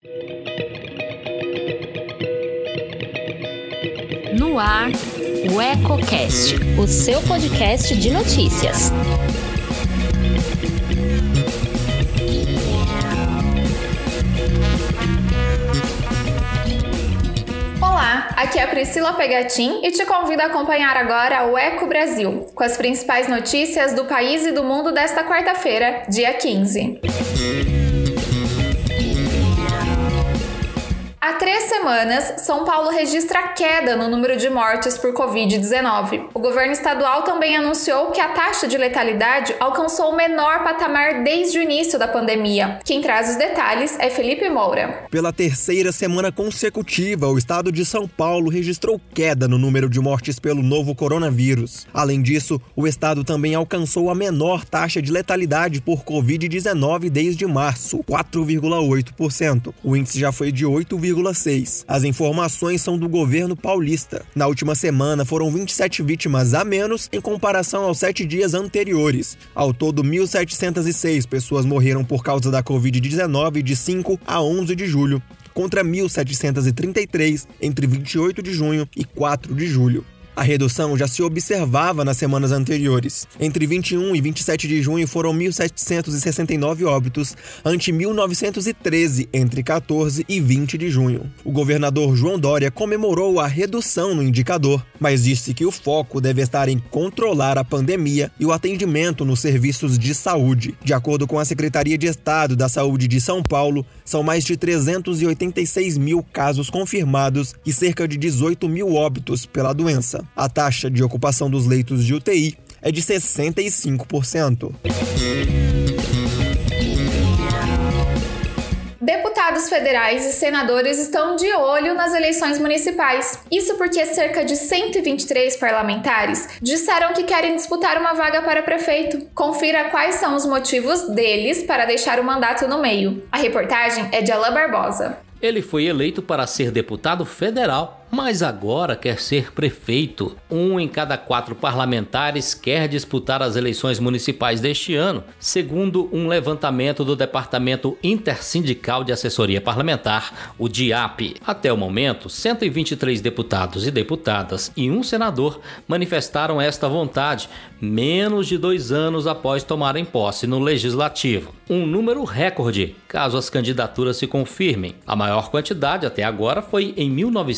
No ar, o EcoCast, o seu podcast de notícias. Olá, aqui é a Priscila Pegatin e te convido a acompanhar agora o Eco Brasil, com as principais notícias do país e do mundo desta quarta-feira, dia 15. Há 3 semanas, São Paulo registra queda no número de mortes por Covid-19. O governo estadual também anunciou que a taxa de letalidade alcançou o menor patamar desde o início da pandemia. Quem traz os detalhes é Felipe Moura. Pela 3ª semana consecutiva, o estado de São Paulo registrou queda no número de mortes pelo novo coronavírus. Além disso, o estado também alcançou a menor taxa de letalidade por Covid-19 desde março, 4,8%. O índice já foi de 8,6%. As informações são do governo paulista. Na última semana foram 27 vítimas a menos em comparação aos 7 dias anteriores. Ao todo, 1.706 pessoas morreram por causa da Covid-19 de 5 a 11 de julho, contra 1.733 entre 28 de junho e 4 de julho. A redução já se observava nas semanas anteriores. Entre 21 e 27 de junho foram 1.769 óbitos, ante 1.913 entre 14 e 20 de junho. O governador João Dória comemorou a redução no indicador, mas disse que o foco deve estar em controlar a pandemia e o atendimento nos serviços de saúde. De acordo com a Secretaria de Estado da Saúde de São Paulo, são mais de 386 mil casos confirmados e cerca de 18 mil óbitos pela doença. A taxa de ocupação dos leitos de UTI é de 65%. Deputados federais e senadores estão de olho nas eleições municipais. Isso porque cerca de 123 parlamentares disseram que querem disputar uma vaga para prefeito. Confira quais são os motivos deles para deixar o mandato no meio. A reportagem é de Alain Barbosa. Ele foi eleito para ser deputado federal, mas agora quer ser prefeito. 1 em cada 4 parlamentares quer disputar as eleições municipais deste ano, segundo um levantamento do Departamento Intersindical de Assessoria Parlamentar, o DIAP. Até o momento, 123 deputados e deputadas e um senador manifestaram esta vontade, menos de 2 anos após tomarem posse no Legislativo. Um número recorde, caso as candidaturas se confirmem. A maior quantidade até agora foi em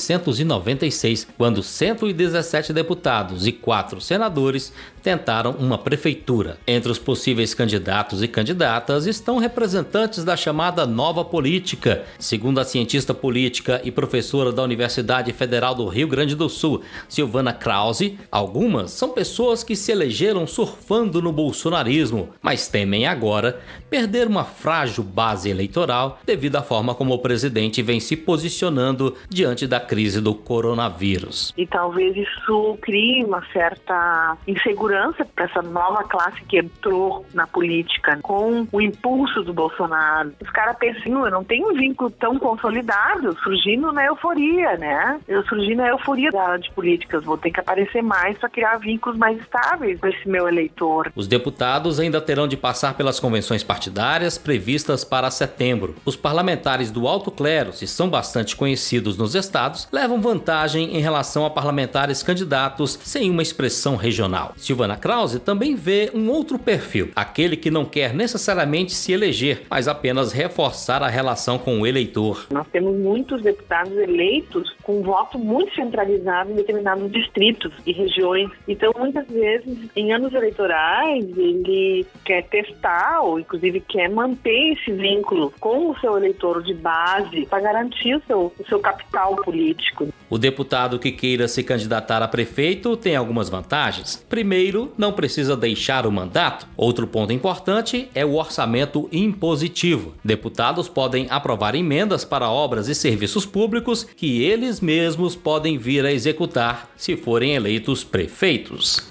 1996, quando 117 deputados e 4 senadores tentaram uma prefeitura. Entre os possíveis candidatos e candidatas estão representantes da chamada Nova Política. Segundo a cientista política e professora da Universidade Federal do Rio Grande do Sul, Silvana Krause, algumas são pessoas que se elegeram surfando no bolsonarismo, mas temem agora perder uma frágil base eleitoral devido à forma como o presidente vem se posicionando diante da crise do coronavírus. E talvez isso crie uma certa insegurança para essa nova classe que entrou na política com o impulso do Bolsonaro. Os caras pensam, eu não tenho um vínculo tão consolidado, surgindo na euforia, né? Eu surgi na euforia da área de políticas, vou ter que aparecer mais para criar vínculos mais estáveis com esse meu eleitor. Os deputados ainda terão de passar pelas convenções partidárias previstas para setembro. Os parlamentares do alto clero, se são bastante conhecidos nos estados, levam vantagem em relação a parlamentares candidatos sem uma expressão regional. Silvana Krause também vê um outro perfil, aquele que não quer necessariamente se eleger, mas apenas reforçar a relação com o eleitor. Nós temos muitos deputados eleitos com voto muito centralizado em determinados distritos e regiões. Então, muitas vezes, em anos eleitorais, ele quer testar ou, inclusive, quer manter esse vínculo com o seu eleitor de base para garantir o seu capital político. O deputado que queira se candidatar a prefeito tem algumas vantagens. Primeiro, não precisa deixar o mandato. Outro ponto importante é o orçamento impositivo. Deputados podem aprovar emendas para obras e serviços públicos que eles mesmos podem vir a executar se forem eleitos prefeitos.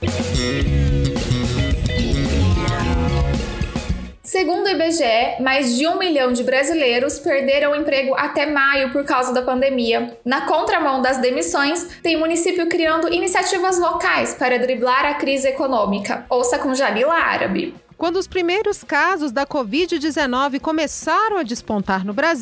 Segundo o IBGE, mais de 1 milhão de brasileiros perderam o emprego até maio por causa da pandemia. Na contramão das demissões, tem município criando iniciativas locais para driblar a crise econômica. Ouça com Jalila Árabe. Quando os primeiros casos da Covid-19 começaram a despontar no Brasil,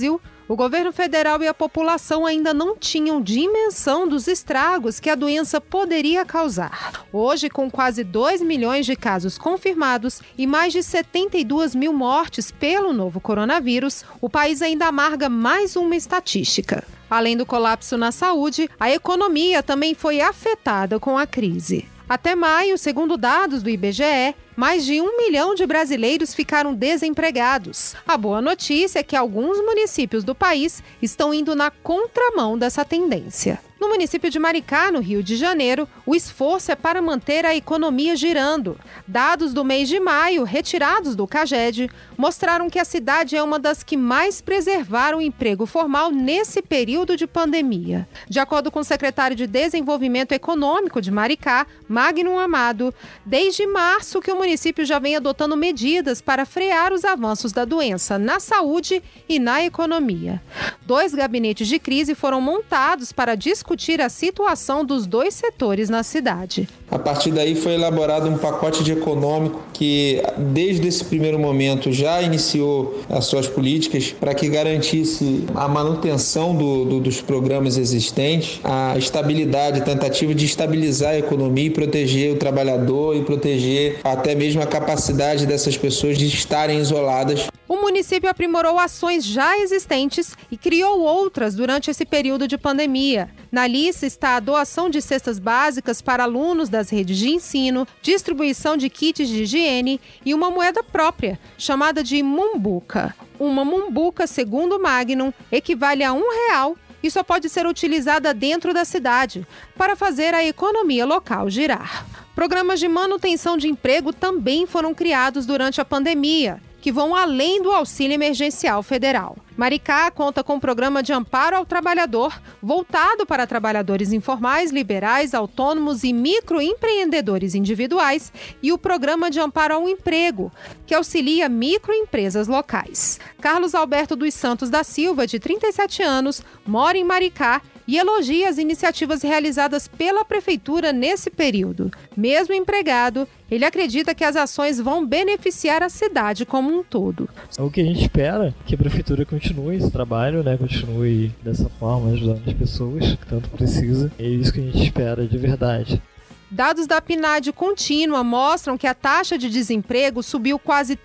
O governo federal e a população ainda não tinham dimensão dos estragos que a doença poderia causar. Hoje, com quase 2 milhões de casos confirmados e mais de 72 mil mortes pelo novo coronavírus, o país ainda amarga mais uma estatística. Além do colapso na saúde, a economia também foi afetada com a crise. Até maio, segundo dados do IBGE, mais de 1 milhão de brasileiros ficaram desempregados. A boa notícia é que alguns municípios do país estão indo na contramão dessa tendência. No município de Maricá, no Rio de Janeiro, o esforço é para manter a economia girando. Dados do mês de maio, retirados do CAGED, mostraram que a cidade é uma das que mais preservaram o emprego formal nesse período de pandemia. De acordo com o secretário de Desenvolvimento Econômico de Maricá, Magno Amado, desde março que o município já vem adotando medidas para frear os avanços da doença na saúde e na economia. 2 gabinetes de crise foram montados para discutir a situação dos 2 setores na cidade. A partir daí foi elaborado um pacote de econômico que, desde esse primeiro momento, já iniciou as suas políticas para que garantisse a manutenção dos programas existentes, a estabilidade, a tentativa de estabilizar a economia e proteger o trabalhador e proteger até mesmo a capacidade dessas pessoas de estarem isoladas. O município aprimorou ações já existentes e criou outras durante esse período de pandemia. Na lista está a doação de cestas básicas para alunos das redes de ensino, distribuição de kits de higiene e uma moeda própria, chamada de mumbuca. Uma mumbuca, segundo o Magnum, equivale a R$1 e só pode ser utilizada dentro da cidade para fazer a economia local girar. Programas de manutenção de emprego também foram criados durante a pandemia, que vão além do auxílio emergencial federal. Maricá conta com um programa de amparo ao trabalhador voltado para trabalhadores informais, liberais, autônomos e microempreendedores individuais e o programa de amparo ao emprego, que auxilia microempresas locais. Carlos Alberto dos Santos da Silva, de 37 anos, mora em Maricá e elogia as iniciativas realizadas pela Prefeitura nesse período. Mesmo empregado, ele acredita que as ações vão beneficiar a cidade como um todo. O que a gente espera é que a Prefeitura continue esse trabalho, continue dessa forma, ajudando as pessoas que tanto precisa. É isso que a gente espera de verdade. Dados da PNAD contínua mostram que a taxa de desemprego subiu quase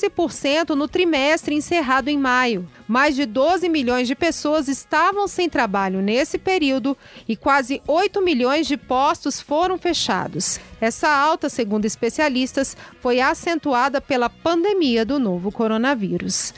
13% no trimestre encerrado em maio. Mais de 12 milhões de pessoas estavam sem trabalho nesse período e quase 8 milhões de postos foram fechados. Essa alta, segundo especialistas, foi acentuada pela pandemia do novo coronavírus.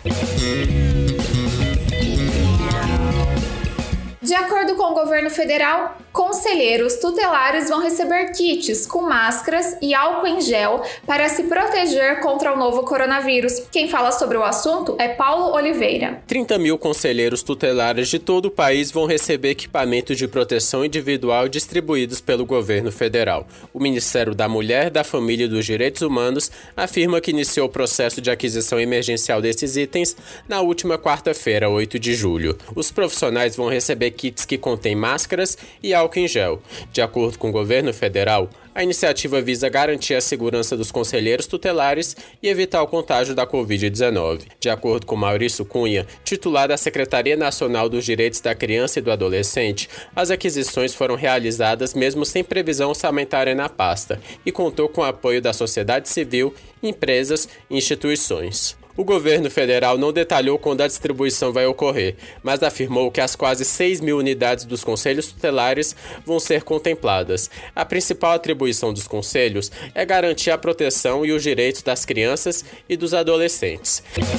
De acordo com o governo federal, conselheiros tutelares vão receber kits com máscaras e álcool em gel para se proteger contra o novo coronavírus. Quem fala sobre o assunto é Paulo Oliveira. 30 mil conselheiros tutelares de todo o país vão receber equipamentos de proteção individual distribuídos pelo governo federal. O Ministério da Mulher, da Família e dos Direitos Humanos afirma que iniciou o processo de aquisição emergencial desses itens na última quarta-feira, 8 de julho. Os profissionais vão receber kits que contêm máscaras e álcool em gel. De acordo com o governo federal, a iniciativa visa garantir a segurança dos conselheiros tutelares e evitar o contágio da Covid-19. De acordo com Maurício Cunha, titular da Secretaria Nacional dos Direitos da Criança e do Adolescente, as aquisições foram realizadas mesmo sem previsão orçamentária na pasta e contou com o apoio da sociedade civil, empresas e instituições. O governo federal não detalhou quando a distribuição vai ocorrer, mas afirmou que as quase 6 mil unidades dos conselhos tutelares vão ser contempladas. A principal atribuição dos conselhos é garantir a proteção e os direitos das crianças e dos adolescentes.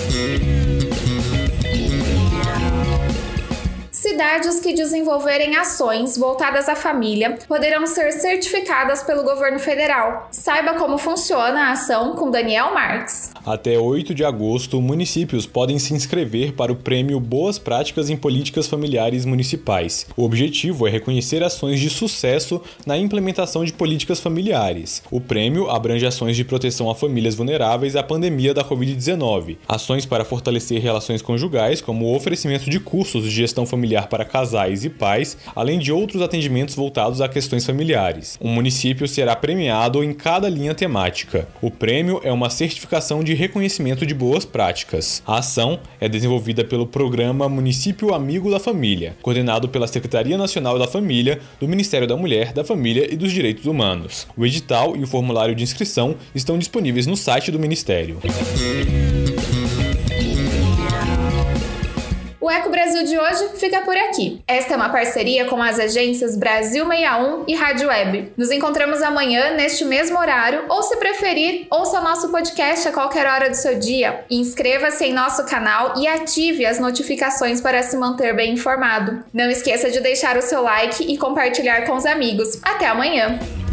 Cidades que desenvolverem ações voltadas à família poderão ser certificadas pelo governo federal. Saiba como funciona a ação com Daniel Marques. Até 8 de agosto, municípios podem se inscrever para o prêmio Boas Práticas em Políticas Familiares Municipais. O objetivo é reconhecer ações de sucesso na implementação de políticas familiares. O prêmio abrange ações de proteção a famílias vulneráveis à pandemia da Covid-19, ações para fortalecer relações conjugais, como o oferecimento de cursos de gestão familiar familiar para casais e pais, além de outros atendimentos voltados a questões familiares. O município será premiado em cada linha temática. O prêmio é uma certificação de reconhecimento de boas práticas. A ação é desenvolvida pelo Programa Município Amigo da Família, coordenado pela Secretaria Nacional da Família, do Ministério da Mulher, da Família e dos Direitos Humanos. O edital e o formulário de inscrição estão disponíveis no site do Ministério. O Eco Brasil de hoje fica por aqui. Esta é uma parceria com as agências Brasil 61 e Rádio Web. Nos encontramos amanhã, neste mesmo horário, ou se preferir, ouça nosso podcast a qualquer hora do seu dia. Inscreva-se em nosso canal e ative as notificações para se manter bem informado. Não esqueça de deixar o seu like e compartilhar com os amigos. Até amanhã!